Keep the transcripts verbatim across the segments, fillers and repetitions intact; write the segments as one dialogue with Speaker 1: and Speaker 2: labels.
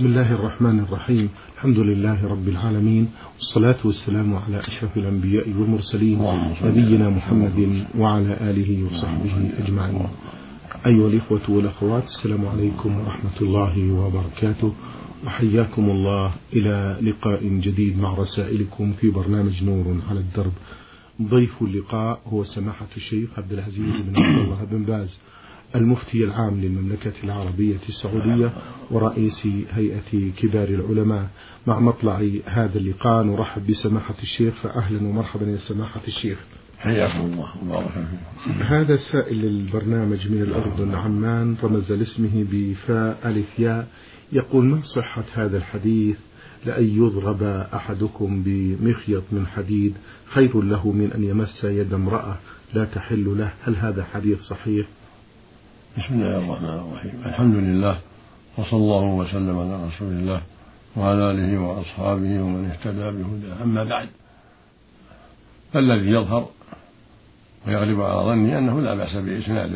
Speaker 1: بسم الله الرحمن الرحيم. الحمد لله رب العالمين، والصلاة والسلام على أشرف الأنبياء والمرسلين نبينا محمد وعلى آله وصحبه أجمعين. أيها الإخوة والأخوات، السلام عليكم ورحمة الله وبركاته، وحياكم الله إلى لقاء جديد مع رسائلكم في برنامج نور على الدرب. ضيف اللقاء هو سماحة الشيخ عبد العزيز بن عبد الله بن باز، المفتي العام للمملكة العربية السعودية ورئيس هيئة كبار العلماء. مع مطلع هذا اللقاء نرحب بسماحة الشيخ، فأهلا ومرحبا يا سماحة الشيخ.
Speaker 2: حياكم الله وبارك فيكم.
Speaker 1: هذا سائل البرنامج من الأردن عمان، رمز لاسمه بفاء ألف ياء، يقول: ما صحة هذا الحديث لأن يضرب أحدكم بمخيط من حديد خير له من أن يمس يد امرأة لا تحل له؟ هل هذا حديث صحيح؟
Speaker 2: بسم الله الرحمن الرحيم. الحمد لله، وصلى الله وسلم على رسول الله وعلى آله وأصحابه ومن اهتدى بهداه. أما بعد، فالذي يظهر ويغلب على ظني أنه لا بأس بإسناده،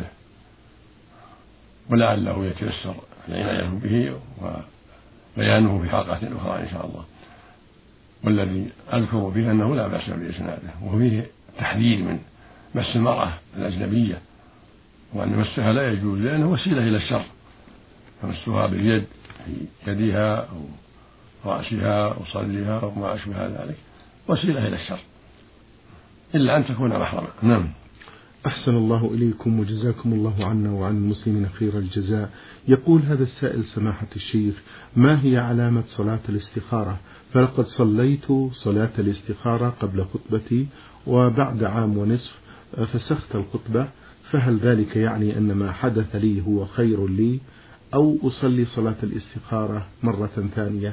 Speaker 2: ولعله يتيسر العناية به وبيانه في حلقة أخرى إن شاء الله. والذي أذكر فيه أنه لا بأس بإسناده، وفيه تحذير من مس المرأة الأجنبية، وأن مسها لا يجوز لأنه وسيلة إلى الشر، فمسها باليد في يدها أو رأسها أو صدرها أو ما أشبه ذلك وسيلة إلى الشر، إلا أن تكون محرما. نعم.
Speaker 1: أحسن الله إليكم وجزاكم الله عنا وعن المسلمين خير الجزاء. يقول هذا السائل: سماحة الشيخ، ما هي علامة صلاة الاستخارة؟ فلقد صليت صلاة الاستخارة قبل خطبتي، وبعد عام ونصف فسخت الخطبة، فهل ذلك يعني أن ما حدث لي هو خير لي، أو أصلي صلاة الاستخارة مرة ثانية؟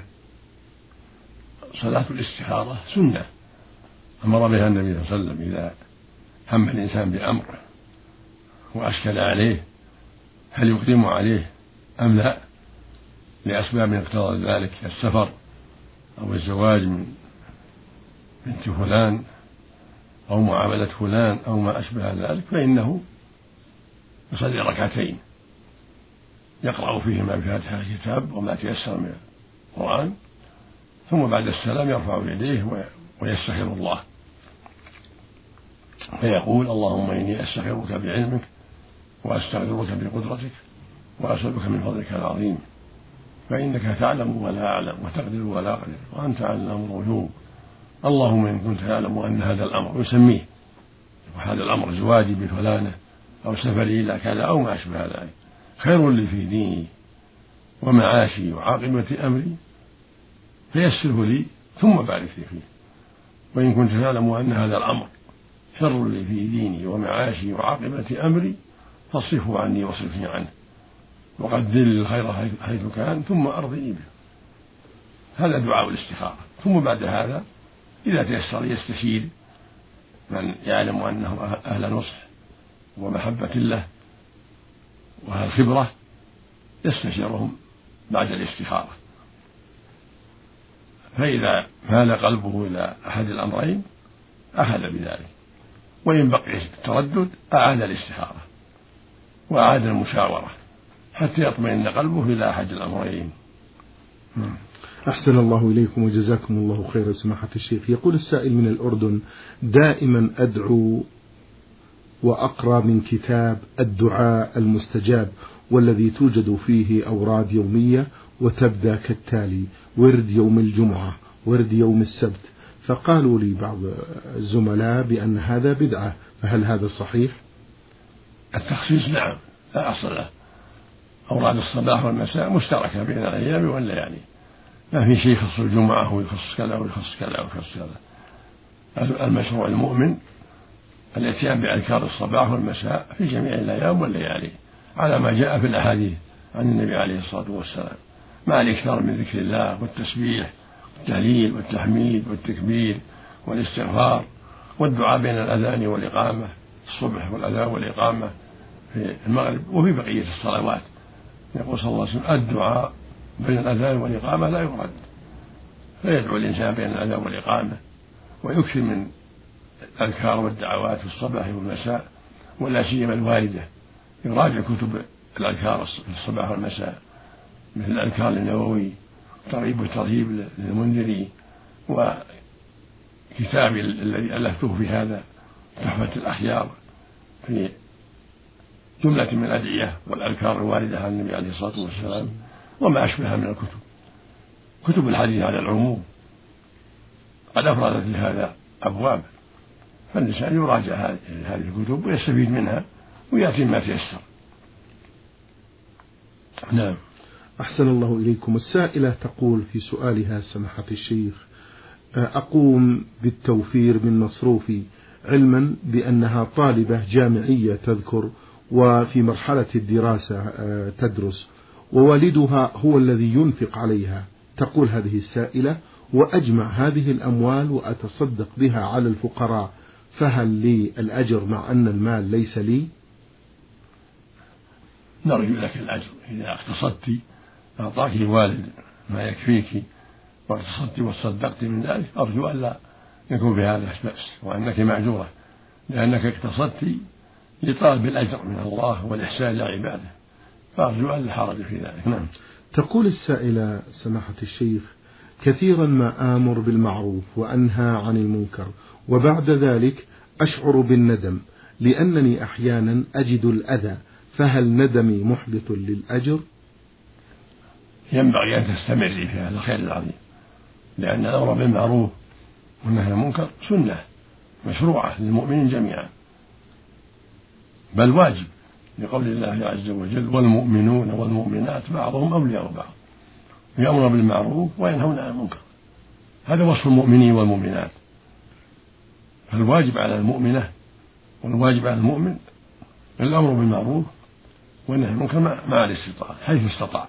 Speaker 2: صلاة الاستخارة سنة أمر بها النبي صلى الله عليه وسلم إذا هم الإنسان بأمر وأشكل عليه هل يقدم عليه أم لا، لأسباب اقتضت ذلك كالسفر أو الزواج من بنت فلان أو معاملة فلان أو ما أشبه ذلك، فإنه يصلي ركعتين يقرأ فيهما بفاتحة الكتاب وما تيسر من القرآن، ثم بعد السلام يرفع يديه ويستخير الله، فيقول: اللهم إني أستخيرك بعلمك وأستغفرك بقدرتك وأسألك من فضلك العظيم، فإنك تعلم ولا أعلم وتقدر ولا أقدر وأنت علام الغيوب. اللهم إن كنت تعلم أن هذا الأمر، يسميه، وهذا الأمر زواجي بفلانة أو سفري إلى كذا أو ما أشبه ذلك، خير لي في ديني ومعاشي وعاقبة أمري فيسره لي ثم بارك لي فيه. وإن كنت تعلم أن هذا الأمر شر لي في ديني ومعاشي وعاقبة أمري فاصرفه عني واصرفني عنه، وقدر لي الخير حيث كان ثم أرضني به. هذا دعاء الاستخارة. ثم بعد هذا إذا تيسر يستشير من يعلم أنه أهل نصح ومحبة له وأهل خبرة، يستشيرهم بعد الاستخارة، فإذا مال قلبه إلى أحد الأمرين أخذ بذلك، وإن بقي التردد أعاد الاستخارة وأعاد المشاورة حتى يطمئن قلبه إلى أحد الأمرين.
Speaker 1: أحسن الله إليكم وجزاكم الله خير سماحة الشيخ. يقول السائل من الأردن: دائما أدعو وأقرأ من كتاب الدعاء المستجاب، والذي توجد فيه أوراد يومية وتبدأ كالتالي: ورد يوم الجمعة، ورد يوم السبت، فقالوا لي بعض الزملاء بأن هذا بدعة، فهل هذا صحيح؟
Speaker 2: التخصيص نعم لا أصل له. أوراد الصباح والمساء مشتركة بين الأيام والليالي، ما في شيء يخص الجمعة ويخص كذا ويخص كذا ويخص كذا. المشروع المؤمن الاتيان بأذكار الصباح والمساء في جميع الأيام والليالي على ما جاء في الأحاديث عن النبي عليه الصلاة والسلام، مع الإكثار من ذكر الله والتسبيح والتهليل والتحميد والتكبير والاستغفار والدعاء بين الأذان والإقامة الصبح والأذان والإقامة في المغرب وفي بقية الصلوات. يقول صلى الله عليه وسلم: الدعاء بين الأذان والإقامة لا يرد، فيدعو الإنسان بين الأذان والإقامة ويكثر من الأذكار والدعوات في الصباح والمساء، ولا سيما الواردة. يراجع كتب الأذكار في الصباح والمساء مثل الأذكار النووي ترغيب وترهيب للمنذري، وكتابي الذي ألفته في هذا تحفة الأخيار في جملة من الأدعية والأذكار الواردة عن النبي عليه الصلاة والسلام، وما أشبهها من الكتب. كتب الحديث على العموم قد أفردت لهذا أبواب، فالإنسان يراجع هذه الكتب ويستفيد منها ويأتي ما تيسر.
Speaker 1: نعم. أحسن الله إليكم. السائلة تقول في سؤالها سماحة الشيخ: أقوم بالتوفير من مصروفي علما بأنها طالبة جامعية تذكر وفي مرحلة الدراسة تدرس، ووالدها هو الذي ينفق عليها. تقول هذه السائلة: وأجمع هذه الأموال وأتصدق بها على الفقراء، فهل لي الأجر مع أن المال ليس لي؟
Speaker 2: نرجو لك الأجر إذا اقتصدت أعطاك الوالد ما يكفيك واقتصدت وتصدقت من ذلك، أرجو أن لا يكون بهذا بأس وأنك معذورة، لأنك اقتصدت لطلب الأجر من الله والإحسان لعباده، فأرجو أن لا حرج في ذلك. نعم.
Speaker 1: تقول السائلة سماحة الشيخ: كثيرا ما آمر بالمعروف وأنهى عن المنكر، وبعد ذلك أشعر بالندم لأنني أحيانا أجد الأذى، فهل ندمي محبط للأجر؟
Speaker 2: ينبغي أن تستمري في هذا الخير العظيم، لأن الأمر بالمعروف والنهي عن المنكر سنة مشروعة للمؤمنين جميعا، بل واجب، لقول الله عز وجل: والمؤمنون والمؤمنات بعضهم أولياء بعض يأمرون بالمعروف وينهون عن المنكر. هذا وصف المؤمنين والمؤمنات، فالواجب على المؤمنة والواجب على المؤمن الأمر بالمعروف والنهي عن المنكر مع الاستطاعة حيث استطاع.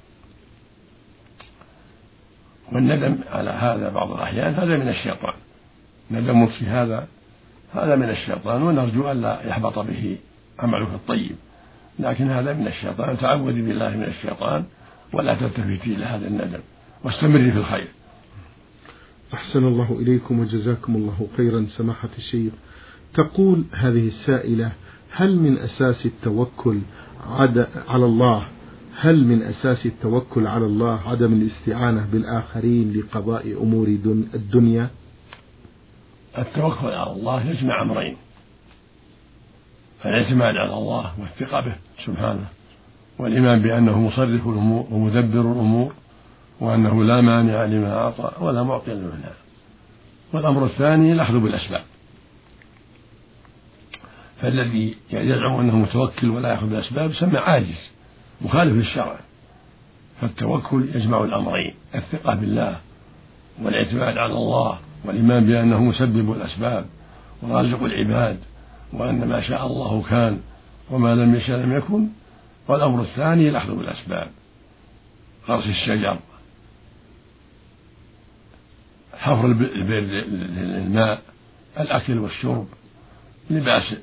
Speaker 2: والندم على هذا بعض الأحيان هذا من الشيطان، ندم في هذا هذا من الشيطان، ونرجو أن لا يحبط به عملك الطيب، لكن هذا من الشيطان. تعوذي بالله من الشيطان ولا تلتفتي إلى هذا الندم واستمري في الخير.
Speaker 1: أحسن الله إليكم وجزاكم الله خيرا سماحة الشيخ. تقول هذه السائلة: هل من أساس التوكل على الله هل من أساس التوكل على الله عدم الاستعانة بالآخرين لقضاء أمور الدنيا؟
Speaker 2: التوكل على الله يجمع أمرين: الاعتماد على الله والثقة به سبحانه، والإيمان بأنه مصرف الأمور ومدبر الأمور، وأنه لا مانع لما أعطى ولا معطي لما منع. والأمر الثاني الأخذ بالأسباب، فالذي يزعم أنه متوكل ولا يأخذ بالأسباب يسمى عاجز مخالف للشرع. فالتوكل يجمع الأمرين: الثقة بالله والاعتماد على الله والإيمان بأنه مسبب الأسباب ورازق العباد، وأن ما شاء الله كان وما لم يشاء لم يكن. والأمر الثاني الأخذ بالأسباب: غرس الشجر، حفر البئر للماء، الأكل والشرب، لباس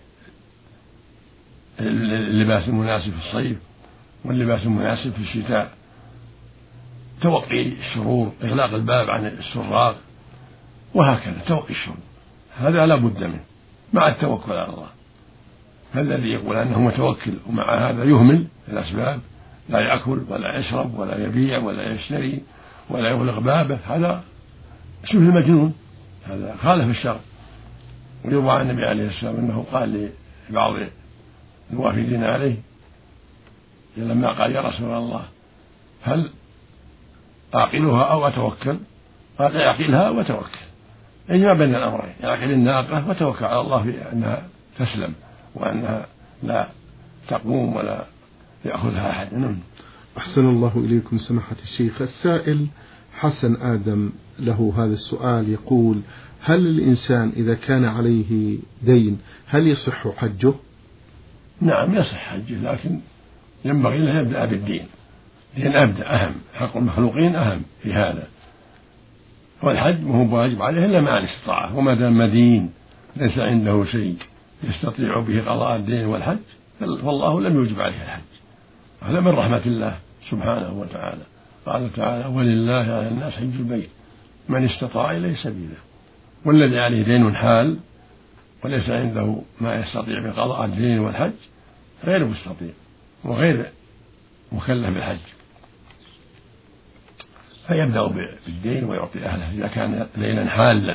Speaker 2: اللباس المناسب في الصيف واللباس المناسب في الشتاء، توقي الشرور، إغلاق الباب عن السراق، وهكذا توقي الشرور. هذا لا بد منه مع التوكل على الله. فالذي يقول أنه متوكل ومع هذا يهمل الأسباب، لا يأكل ولا يشرب ولا يبيع ولا يشتري ولا يغلق بابه، هذا شبه مجنون، هذا خالف الشرع. ويروى عن النبي عليه السلام أنه قال لبعض الوافدين عليه لما قال: يا رسول الله هل أعقلها أو أتوكل؟ قال: اعقلها وتوكل، اجمع بين الأمرين، اعقل الناقة وتوكل على الله في أنها تسلم وأنها لا تقوم ولا يأخذها أحد. نعم.
Speaker 1: أحسن الله إليكم سماحة الشيخ. السائل حسن آدم له هذا السؤال، يقول: هل الإنسان إذا كان عليه دين هل يصح حجه؟
Speaker 2: نعم يصح حجه، لكن ينبغي له يبدأ بالدين، لأن أبدأ أهم، حق المخلوقين أهم في هذا. والحج ما هو واجب عليه إلا مع الاستطاعة، وما دام مدين ليس عنده شيء يستطيع به قضاء الدين والحج فالله لم يوجب عليه الحج. هذا من رحمة الله سبحانه وتعالى. قال تعالى: ولله على الناس حج البيت من استطاع إليه سبيلا. والذي عليه دين حال وليس عنده ما يستطيع بقضاء الدين والحج غير مستطيع وغير مكلف بالحج. فيبدأ بالدين ويعطي أهله إذا كان دينا حالا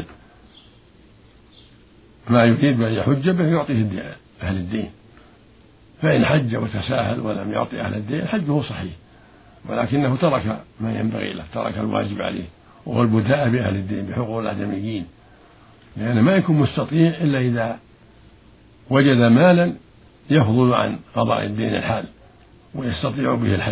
Speaker 2: ما يريد أن يحج به يعطيه أهل الدين. فإن حج وتساهل ولم يعطي أهل الدين حجه صحيح، ولكنه ترك ما ينبغي له، ترك الواجب عليه وهو البداء بأهل الدين بحقوق الآدميين، لأنه ما يكون مستطيع إلا إذا وجد مالا يفضل عن قضاء الدين الحال ويستطيع به الحج.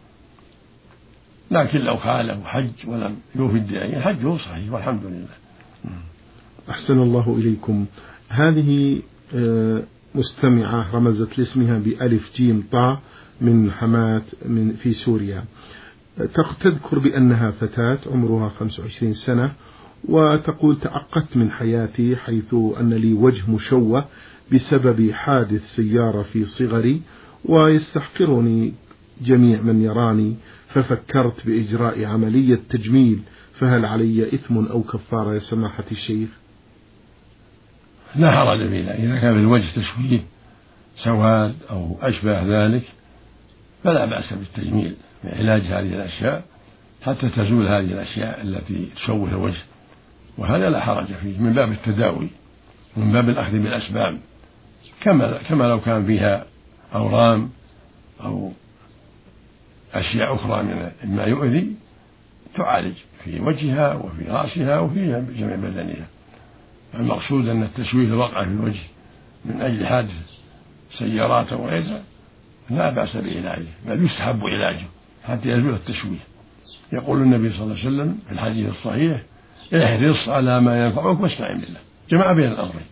Speaker 2: لكن لو خالف حج ولم يوفي الدين حجه صحيح والحمد لله.
Speaker 1: أحسن الله إليكم. هذه مستمعة رمزت لاسمها بألف جيم طاء من حماة من في سوريا، تذكر بأنها فتاة عمرها خمس وعشرين سنة، وتقول: تعقدت من حياتي حيث أن لي وجه مشوه بسبب حادث سيارة في صغري، ويستحقرني جميع من يراني، ففكرت بإجراء عملية تجميل، فهل علي إثم أو كفارة يا سماحة الشيخ؟
Speaker 2: لا حرج فيه إذا كان في الوجه تشويه سواد أو أشبه ذلك فلا بأس بالتجميل بعلاج هذه الأشياء حتى تزول هذه الأشياء التي تشوه الوجه، وهذا لا حرج فيه من باب التداوي ومن باب الأخذ بالأسباب، كما كما لو كان فيها أورام أو أشياء أخرى من ما يؤذي تعالج في وجهها وفي رأسها وفي جميع بدنها. المقصود أن التشويه الواقع في الوجه من أجل حادث سيارات وغيرها لا بأس بعلاجه، بل يستحب علاجه حتى يزول التشويه. يقول النبي صلى الله عليه وسلم في الحديث الصحيح: احرص على ما ينفعك واستعن بالله. جمع بين الأمرين،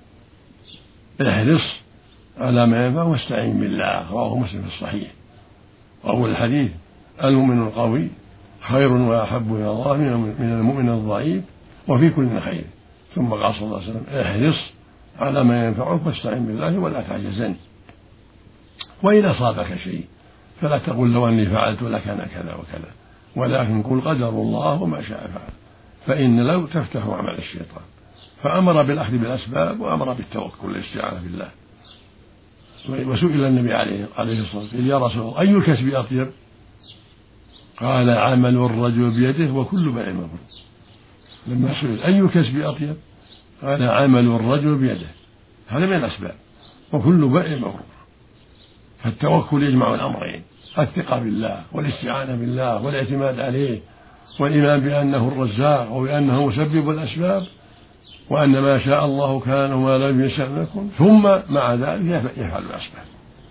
Speaker 2: احرص على ما ينفعك واستعن بالله، رواه مسلم في الصحيح. وأول الحديث: المؤمن القوي خير وأحب إلى الله من المؤمن الضعيف وفي كل خير. ثم قال صلى الله عليه وسلم: احرص على ما ينفعك واستعن بالله ولا تعجزن. وإن أصابك شيء فلا تقل لو أني فعلت لكان كذا وكذا، ولكن قل قدر الله وما شاء فعل، فإن لو تفتح عمل الشيطان. فأمر بالأخذ بالأسباب وأمر بالتوكل والاستعانة بالله. وسئل النبي عليه الصلاة والسلام: يا رسول الله أي الكسب أطيب؟ قال: عمل الرجل بيده وكل بيع مبرور. لما سئل أي الكسب أطيب قال: عمل الرجل بيده. هذا من الأسباب، وكل بيع مبرور. فالتوكل يجمع الأمرين: الثقة بالله والاستعانة بالله والاعتماد عليه والإيمان بأنه الرزاق وبأنه مسبب الأسباب، وأن ما شاء الله كان وما لم يشأ لم يكن، ثم مع ذلك يفعل الأسباب،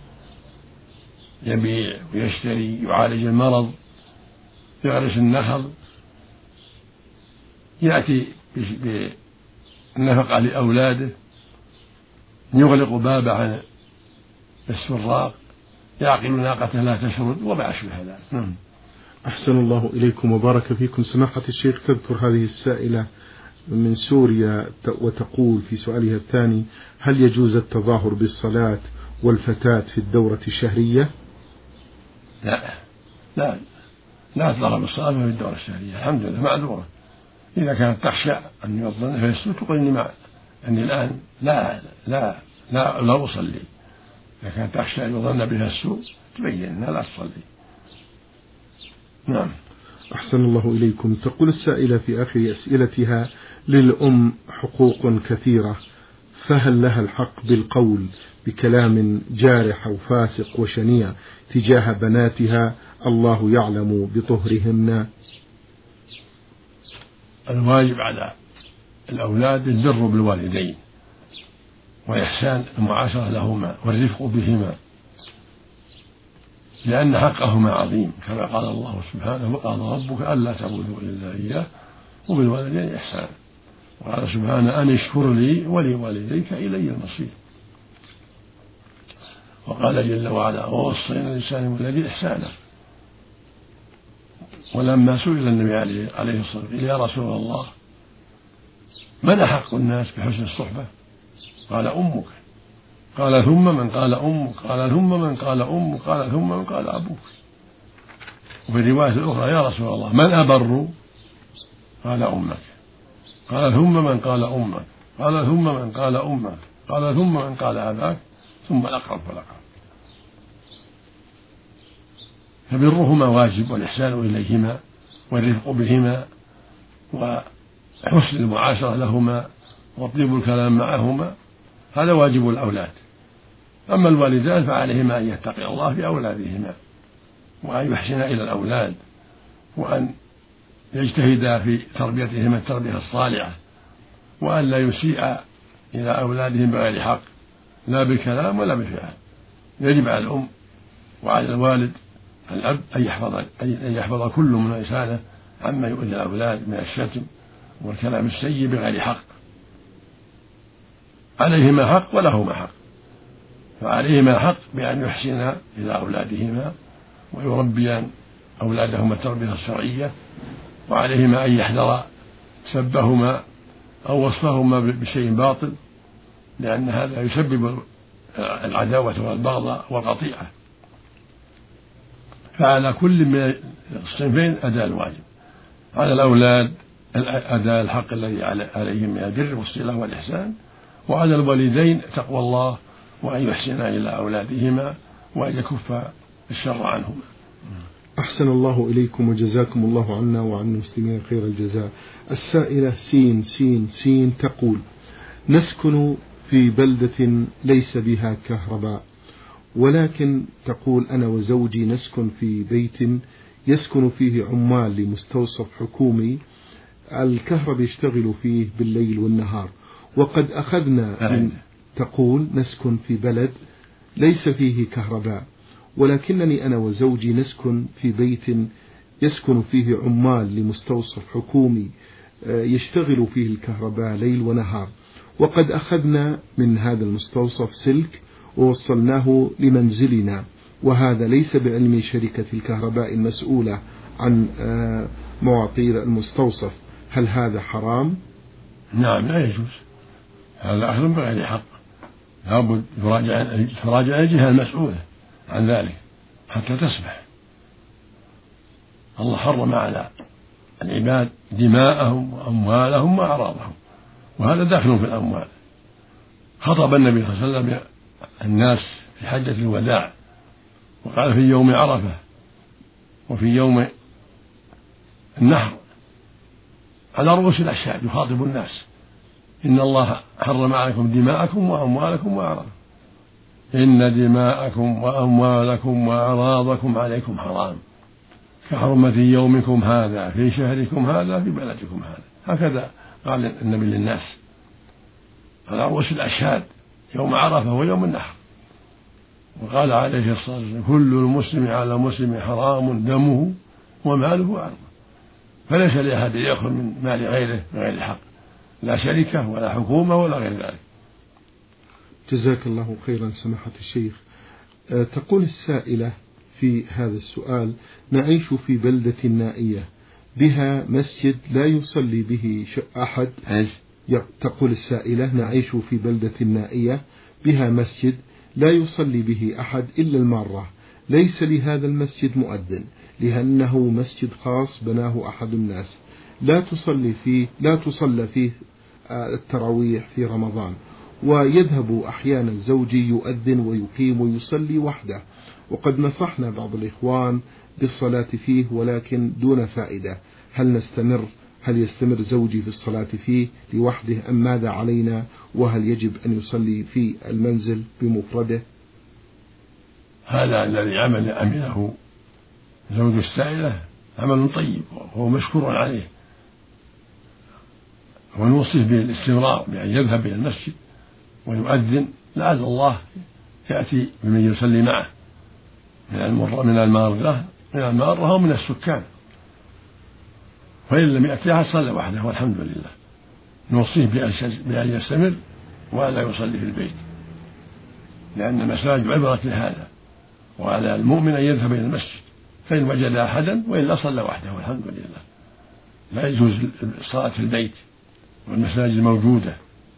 Speaker 2: يبيع ويشتري، يعالج المرض، يغرس النخل، يأتي بالنفقة لأولاده، يغلق بابه عن السراق، يعقل ناقته لا تشرد وما أشبه ذلك.
Speaker 1: أحسن الله إليكم وبارك فيكم. سماحة الشيخ، تذكر هذه السائلة من سوريا وتقول في سؤالها الثاني: هل يجوز التظاهر بالصلاة والفتاة في الدورة الشهرية؟
Speaker 2: لا لا لا تظاهر بالصلاة في الدورة الشهرية، الحمد لله معذورة. إذا كانت تخشى أن يظن فيسوء تقول إني مع أني الآن لا لا لا لا أصلي. إذا كانت تخشى أن يظن بها السوء تبين أنها لا تصلي. نعم.
Speaker 1: أحسن الله إليكم. تقول السائلة في آخر أسئلتها: للأم حقوق كثيرة، فهل لها الحق بالقول بكلام جارح أو فاسق وشنيع تجاه بناتها الله يعلم بطهرهن؟
Speaker 2: الواجب على الأولاد البر بالوالدين وإحسان المعاشرة لهما والرفق بهما، لأن حقهما عظيم، كما قال الله سبحانه: وقال ربك ألا تعبدوا إلا إياه وبالوالدين إحسانا. وقال سبحانه: أن اشكر لي ولوالديك إلي المصير. وقال جل وعلا: ووصينا الإنسان والذي إحسانا. ولما سئل النبي عليه الصلاة والسلام: يا رسول الله من أحق الناس بحسن الصحبة؟ قال: أمك. قال: ثم من؟ قال: أمك. قال: ثم من؟ قال: أمك. قال: ثم من؟ قال: أبوك. وفي الرواية الأخرى: يا رسول الله من أبر؟ قال: أمك. قال: ثم من؟ قال: أمك. قال: ثم من؟ قال: أمك. قال: ثم من؟ قال: أباك. ثم الأقرب فالأقرب. فبرهما واجب والإحسان إليهما والرفق بهما وحسن المعاشرة لهما وطيب الكلام معهما، هذا واجب الأولاد. أما الوالدان فعليهما أن يتقي الله في أولادهما وأن يحسنا إلى الأولاد وأن يجتهدا في تربيتهم التربية الصالحة وأن لا يسيء إلى أولادهم بغير حق لا بالكلام ولا بالفعل. يجب على الأم وعلى الوالد الأب أن يحفظ أن يحفظ كل من لسانه عما يؤذي الأولاد من الشتم والكلام السيء بغير حق. عليهما حق ولهما حق، فعليهما حق بأن يحسنا إلى أولادهما ويربيان أولادهما التربية الشرعية، وعليهما أن يحذر سبهما أو وصفهما بشيء باطل، لأن هذا يسبب العداوة والبغضاء والقطيعة. فعلى كل من الصنفين أداء الواجب. على الأولاد أداء الحق الذي عليهم من البر والصلة والإحسان، وعلى الوالدين تقوى الله وأن يحسنا إلى أولادهما وأن يكف الشر عنهما.
Speaker 1: أحسن الله إليكم وجزاكم الله عنا وعن المسلمين خير الجزاء. السائلة سين سين سين تقول: نسكن في بلدة ليس بها كهرباء، ولكن تقول أنا وزوجي نسكن في بيت يسكن فيه عمال لمستوصف حكومي، الكهرباء يشتغل فيه بالليل والنهار، وقد أخذنا من تقول نسكن في بلد ليس فيه كهرباء، ولكنني أنا وزوجي نسكن في بيت يسكن فيه عمال لمستوصف حكومي يشتغل فيه الكهرباء ليل ونهار، وقد أخذنا من هذا المستوصف سلك ووصلناه لمنزلنا، وهذا ليس بعلم شركة الكهرباء المسؤولة عن مواطير المستوصف، هل هذا حرام؟
Speaker 2: نعم لا يجوز، هذا أخذ بغير حق، لابد تراجع الجهة المسؤولة عن ذلك حتى تسمح. الله حرم على العباد دماءهم وأموالهم وأعراضهم، وهذا داخل في الأموال. خطب النبي صلى الله عليه وسلم الناس في حجة الوداع وقال في يوم عرفة وفي يوم النحر على رؤوس الأشهاد يخاطب الناس: إن الله حرم عليكم دماءكم وأموالكم وأعراضكم، إن دماءكم وأموالكم وأعراضكم عليكم حرام كحرمة يومكم هذا في شهركم هذا في بلدكم هذا. هكذا قال النبي للناس على رؤوس الأشهاد يوم عرفة ويوم النحر. وقال عليه الصلاة والسلام: كل المسلم على مسلم حرام دمه وماله وعرضه، فليس لأحد يأخذ من مال غيره بغير حق، لا شركة ولا حكومة ولا غير ذلك.
Speaker 1: جزاك الله خيرا سماحة الشيخ. أه تقول السائلة في هذا السؤال: نعيش في بلدة نائية بها مسجد لا يصلي به أحد. تقول السائلة: نعيش في بلدة نائية بها مسجد لا يصلي به أحد إلا المارة، ليس لهذا المسجد مؤذن لأنه مسجد خاص بناه أحد الناس، لا تصلي فيه لا تصلى فيه التراويح في رمضان، ويذهب أحيانا زوجي يؤذن ويقيم ويصلي وحده، وقد نصحنا بعض الإخوان بالصلاة فيه ولكن دون فائدة. هل نستمر هل يستمر زوجي في الصلاة فيه لوحده أم ماذا علينا؟ وهل يجب أن يصلي في المنزل بمفرده؟
Speaker 2: هذا الذي عمل عمله زوج السائلة عمل طيب وهو مشكور عليه، ونوصيه بالاستمرار بأن يذهب إلى المسجد ويؤذن لعل الله يأتي بمن يصلي معه من المرة من المارة من المارة ومن السكان، فإن لم يأتي أحد صلى وحده والحمد لله. نوصيه بأن يستمر ولا يصلي في البيت، لأن المساجد عبرة لهذا، وعلى المؤمن أن يذهب إلى المسجد فإن وجد أحدا، وإلا صلى وحده والحمد لله. لا يجوز الصلاة في البيت والمساجد موجودة،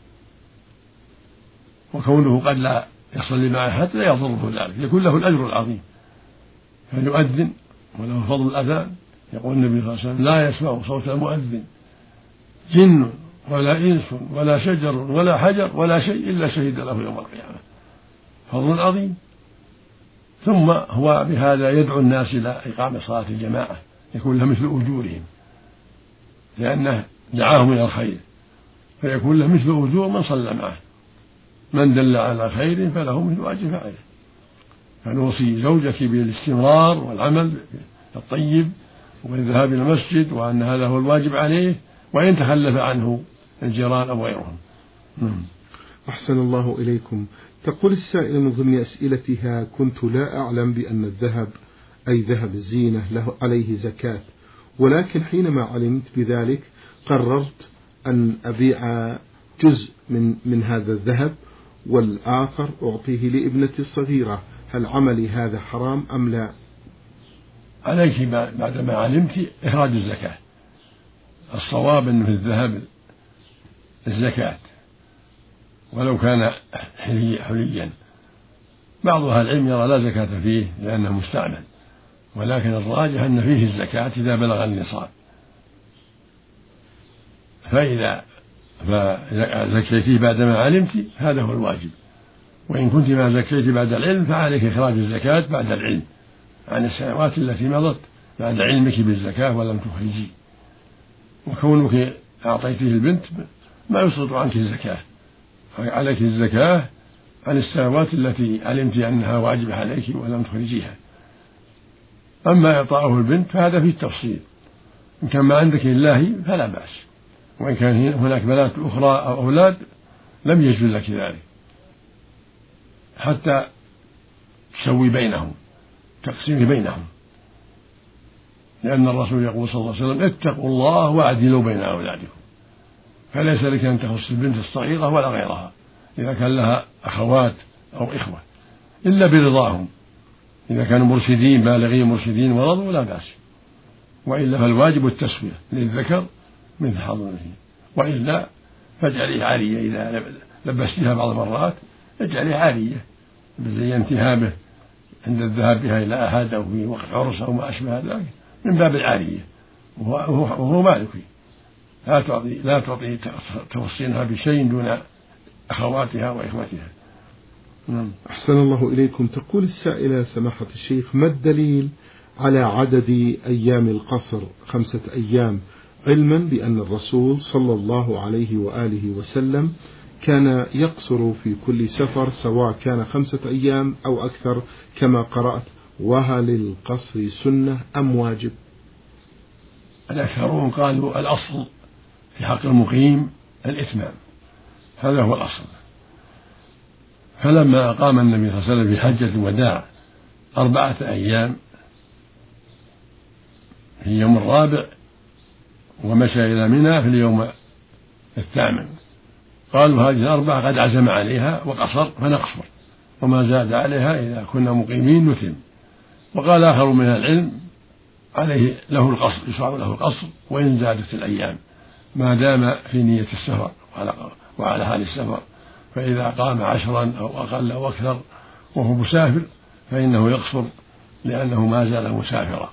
Speaker 2: وكونه قد لا يصلي مع أحد لا يضره ذلك، يكون له الأجر العظيم، فيؤذن وله فضل الأذان. يقول النبي صلى الله عليه وسلم: لا يسمع صوت المؤذن جن ولا إنس ولا شجر ولا حجر ولا شيء إلا شهد له يوم القيامة، فضل عظيم. ثم هو بهذا يدعو الناس إلى إقامة صلاة الجماعة يكون له مثل أجورهم، لأنه دعاهم إلى الخير، فيكون له مثل أجور من صلى معه. من دل على خير فله مثل أجر فاعله. فنوصي زوجك بالاستمرار والعمل الطيب والذهاب إلى المسجد، وأن هذا هو الواجب عليه، وإن تخلف عنه الجيران أو غيرهم.
Speaker 1: أحسن الله إليكم. تقول السائل من ضمن أسئلتها: كنت لا أعلم بأن الذهب أي ذهب الزينة له عليه زكاة، ولكن حينما علمت بذلك قررت أن أبيع جزء من, من هذا الذهب والآخر أعطيه لابنتي الصغيرة، هل عملي هذا حرام أم لا؟
Speaker 2: عليك بعدما علمت إخراج الزكاة. الصواب أنه في الذهب الزكاة ولو كان حليا. بعض أهل العلم يرى لا زكاة فيه لأنه مستعمل، ولكن الراجح أن فيه الزكاة إذا بلغ النصاب. فإذا فزكيتيه بعدما علمت هذا هو الواجب، وإن كنت ما زكيت بعد العلم فعليك إخراج الزكاة بعد العلم عن السنوات التي مضت بعد علمك بالزكاة ولم تخرجي. وكونك أعطيته البنت ما يسقط عنك الزكاة، عليك الزكاة عن السنوات التي علمت أنها واجبة عليك ولم تخرجيها. أما إعطاؤه البنت فهذا فيه التفصيل، إن كان ما عندك إلا فلا بأس، وإن كان هناك بنات أخرى أو أولاد لم يجوز لك ذلك حتى تسوي بينهم، تقسيم بينهم، لأن الرسول يقول صلى الله عليه وسلم: اتقوا الله واعدلوا بين أولادكم. فليس لك أن تخص البنت الصغيرة ولا غيرها إذا كان لها أخوات أو إخوة إلا برضاهم، إذا كانوا مرشدين بالغين مرشدين ورضوا لا بأس، وإلا فالواجب التسوية للذكر مثل حظ الأنثيين، وإلا فاجعليه عارية. إذا لبستها بعض المرات اجعليه عارية زي انتهابه عند الذهاب بها إلى أحد أو في وقت عرس أو ما أشبه ذلك من باب العارية، وهو, وهو مالكي. لا تعطي لا تعطي توصينها بشيء دون أخواتها وإخوتها.
Speaker 1: أحسن الله إليكم. تقول السائلة: سماحة الشيخ، ما الدليل على عدد أيام القصر خمسة أيام، علما بأن الرسول صلى الله عليه وآله وسلم كان يقصر في كل سفر سواء كان خمسة أيام أو أكثر كما قرأت، وهل القصر سنة أم واجب؟
Speaker 2: الأكثرون قالوا الأصل في حق المقيم الإتمام، هذا هو الأصل. فلما أقام النبي صلى الله عليه وسلم في حجة الوداع أربعة أيام في اليوم الرابع ومشى إلى منى في اليوم الثامن، قالوا هذه الأربعة قد عزم عليها وقصر فنقصر، وما زاد عليها إذا كنا مقيمين نتم. وقال آخر من العلم عليه له القصر، يشرع له القصر وإن زادت الأيام ما دام في نية السفر وعلى حال السفر، فإذا قام عشرا أو أقل أو أكثر وهو مسافر فإنه يقصر لأنه ما زال مسافرا.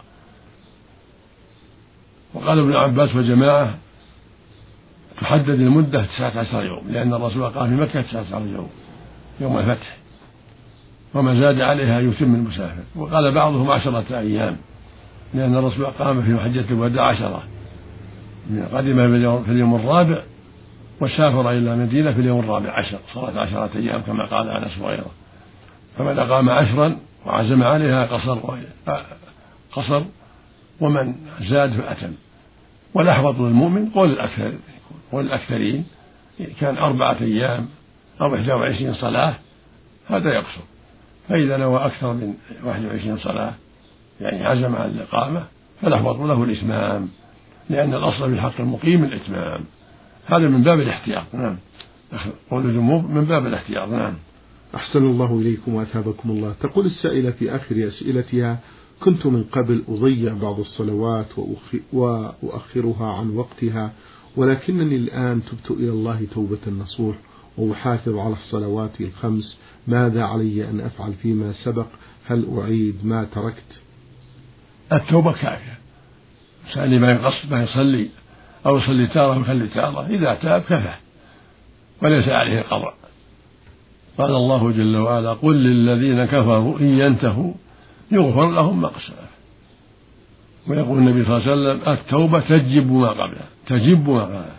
Speaker 2: وقال ابن عباس وجماعة تحدد المدة تسعة عشر يوم، لأن الرسول قام في مكة تسعة عشر يوم يوم الفتح، وما زاد عليها يتم المسافر. وقال بعضهم عشرة أيام، لأن الرسول قام في حجة الوداع عشرة، قدم في اليوم الرابع وسافر إلى المدينة في اليوم الرابع عشر، صارت عشرة أيام كما قال أنس وغيره. فمن أقام عشرا وعزم عليها قصر قصر، ومن زاد فأتم. والأحوط للمؤمن قول الأكثر قول الأكثرين كان أربعة أيام أو إحدى وعشرين صلاة هذا يقصر، فإذا نوى أكثر من واحد وعشرين صلاة يعني عزم على الإقامة فالأحوط له الإتمام، لأن الأصل في حق المقيم الإتمام، هذا من باب الاحتياط. نعم، قول الجمهور من باب الاحتياط. نعم.
Speaker 1: أحسن الله إليكم وأثابكم الله. تقول السائلة في آخر أسئلتها: كنت من قبل أضيع بعض الصلوات وأؤخرها عن وقتها، ولكنني الآن تبت إلى الله توبة نصوح وأحافظ على الصلوات الخمس، ماذا علي أن أفعل فيما سبق؟ هل أعيد ما تركت؟
Speaker 2: التوبة كافية، سألي ما يقصد ما يصلي أو يصلي تارة ويخلي تارة، إذا تاب كفى وليس عليه قضاء. قال الله جل وعلا: قل للذين كفروا إن ينتهوا يغفر لهم ما قد سلف ويقول النبي صلى الله عليه وسلم التوبة تجب ما قبلها، تجب ما قبلها.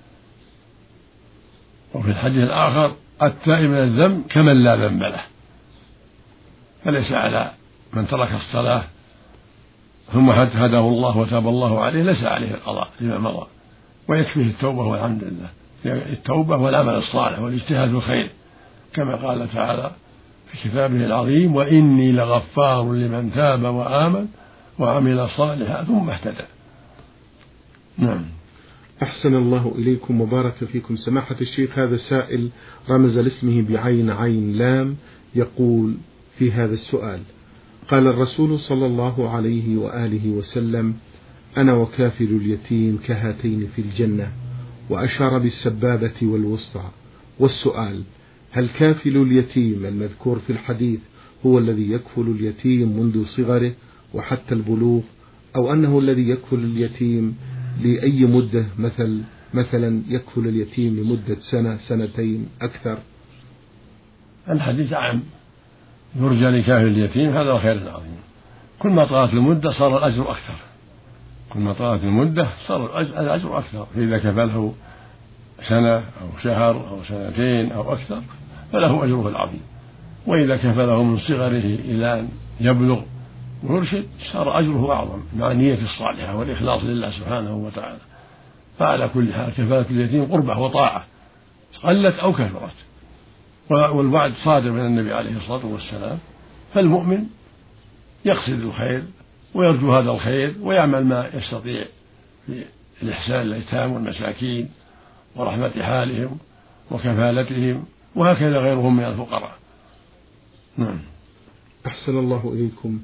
Speaker 2: وفي الحديث الآخر التائب من الذنب كمن لا ذنب له. فليس على من ترك الصلاة ثم هداه الله وتاب الله عليه ليس عليه القضاء لما مضى، ويكفيه التوبة والحمد لله، التوبة والعمل الصالح والاجتهاد في الخير، كما قال تعالى في كتابه العظيم وإني لغفار لمن تاب وآمن وعمل صالحا ثم اهتدى. نعم.
Speaker 1: أحسن الله إليكم وبارك فيكم سماحة الشيخ. هذا سائل رمز لاسمه بعين عين لام، يقول في هذا السؤال: قال الرسول صلى الله عليه وآله وسلم أنا وكافل اليتيم كهاتين في الجنة، وأشار بالسبابة والوسطى. والسؤال: هل كافل اليتيم المذكور في الحديث هو الذي يكفل اليتيم منذ صغره وحتى البلوغ، أو أنه الذي يكفل اليتيم لأي مدة، مثل مثلا يكفل اليتيم لمدة سنة سنتين أكثر؟
Speaker 2: الحديث عام، يرجى لكافل اليتيم هذا خير العظيم. كل ما طالت المدة صار الأجر أكثر، كل ما طالت المدة صار الأجر أكثر. فإذا كفله سنة أو شهر أو سنتين أو أكثر فله أجره العظيم، وإذا كفله من صغره إلى أن يبلغ ويرشد صار أجره أعظم مع النية الصالحة والإخلاص لله سبحانه وتعالى. فعلى كل حال كفالة اليتيم قربة وطاعة قلت أو كثرت، والوعد صادر من النبي عليه الصلاة والسلام. فالمؤمن يقصد الخير ويرجو هذا الخير ويعمل ما يستطيع في الإحسان للأيتام والمساكين ورحمة حالهم وكفالتهم، وهكذا غيرهم من الفقراء. نعم.
Speaker 1: أحسن الله إليكم.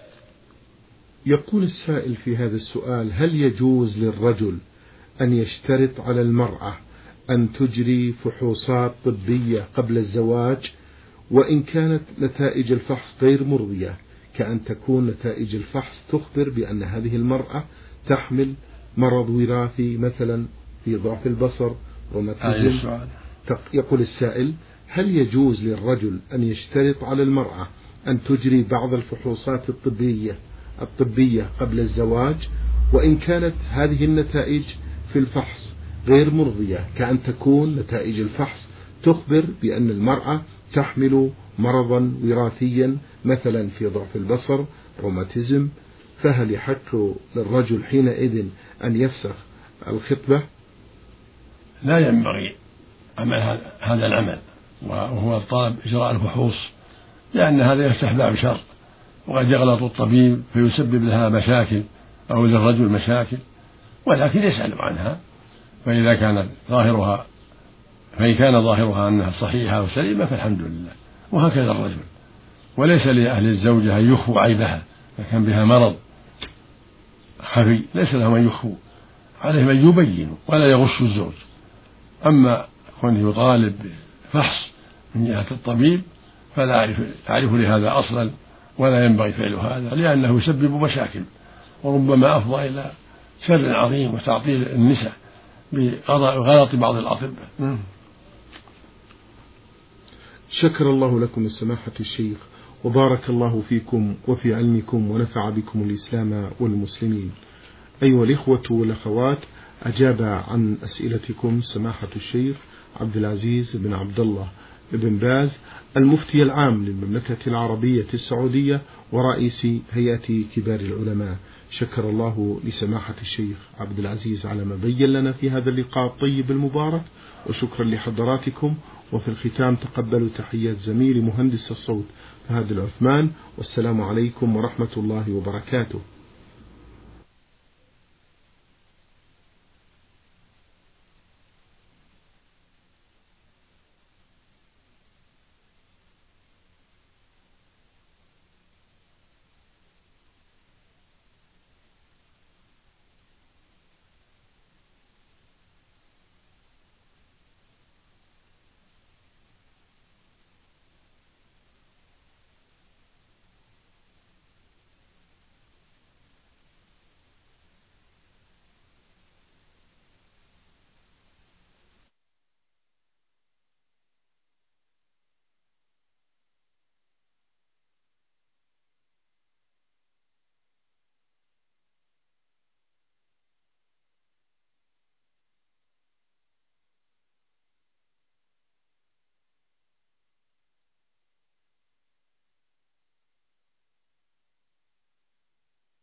Speaker 1: يقول السائل في هذا السؤال: هل يجوز للرجل أن يشترط على المرأة أن تجري فحوصات طبية قبل الزواج وإن كانت نتائج الفحص غير مرضية، كأن تكون نتائج الفحص تخبر بأن هذه المرأة تحمل مرض وراثي مثلا في ضعف البصر، روماتيزم؟ يقول السائل: هل يجوز للرجل أن يشترط على المرأة أن تجري بعض الفحوصات الطبية الطبية قبل الزواج وإن كانت هذه النتائج في الفحص غير مرضية، كأن تكون نتائج الفحص تخبر بأن المرأة تحمل مرضا وراثيا مثلا في ضعف البصر، روماتيزم؟ فهل يحق للرجل حينئذ أن يفسخ الخطبة؟
Speaker 2: لا ينبغي عمل هذا العمل وهو الطلب إجراء الفحوص، لأن هذا يفتح باب شر، وقد يغلط الطبيب فيسبب لها مشاكل أو للرجل مشاكل، ولكن يسأل عنها. فإذا كان ظاهرها فإن كان ظاهرها أنها صحيحة وسليمة فالحمد لله، وهكذا الرجل. وليس لأهل الزوجة أن يخفوا عيبها، إذا كان بها مرض خفي ليس لهم أن يخفوا، عليهم أن يبينوا ولا يغش الزوج. أما كونه يطالب بفحص من جهة الطبيب فلا أعرف, أعرف لهذا أصلا، ولا ينبغي فعل هذا، لأنه يسبب مشاكل وربما أفضى إلى شر عظيم وتعطيل النساء بغلط بعض الأطباء.
Speaker 1: شكر الله لكم سماحة الشيخ، وبارك الله فيكم وفي علمكم ونفع بكم الإسلام والمسلمين. أيها الإخوة والأخوات، أجاب عن أسئلتكم سماحة الشيخ عبد العزيز بن عبد الله بن باز، المفتي العام للمملكة العربية السعودية ورئيس هيئة كبار العلماء. شكر الله لسماحة الشيخ عبد العزيز على ما بين لنا في هذا اللقاء الطيب المبارك، وشكرا لحضراتكم. وفي الختام تقبلوا تحيات زميلي مهندس الصوت فهد العثمان، والسلام عليكم ورحمة الله وبركاته.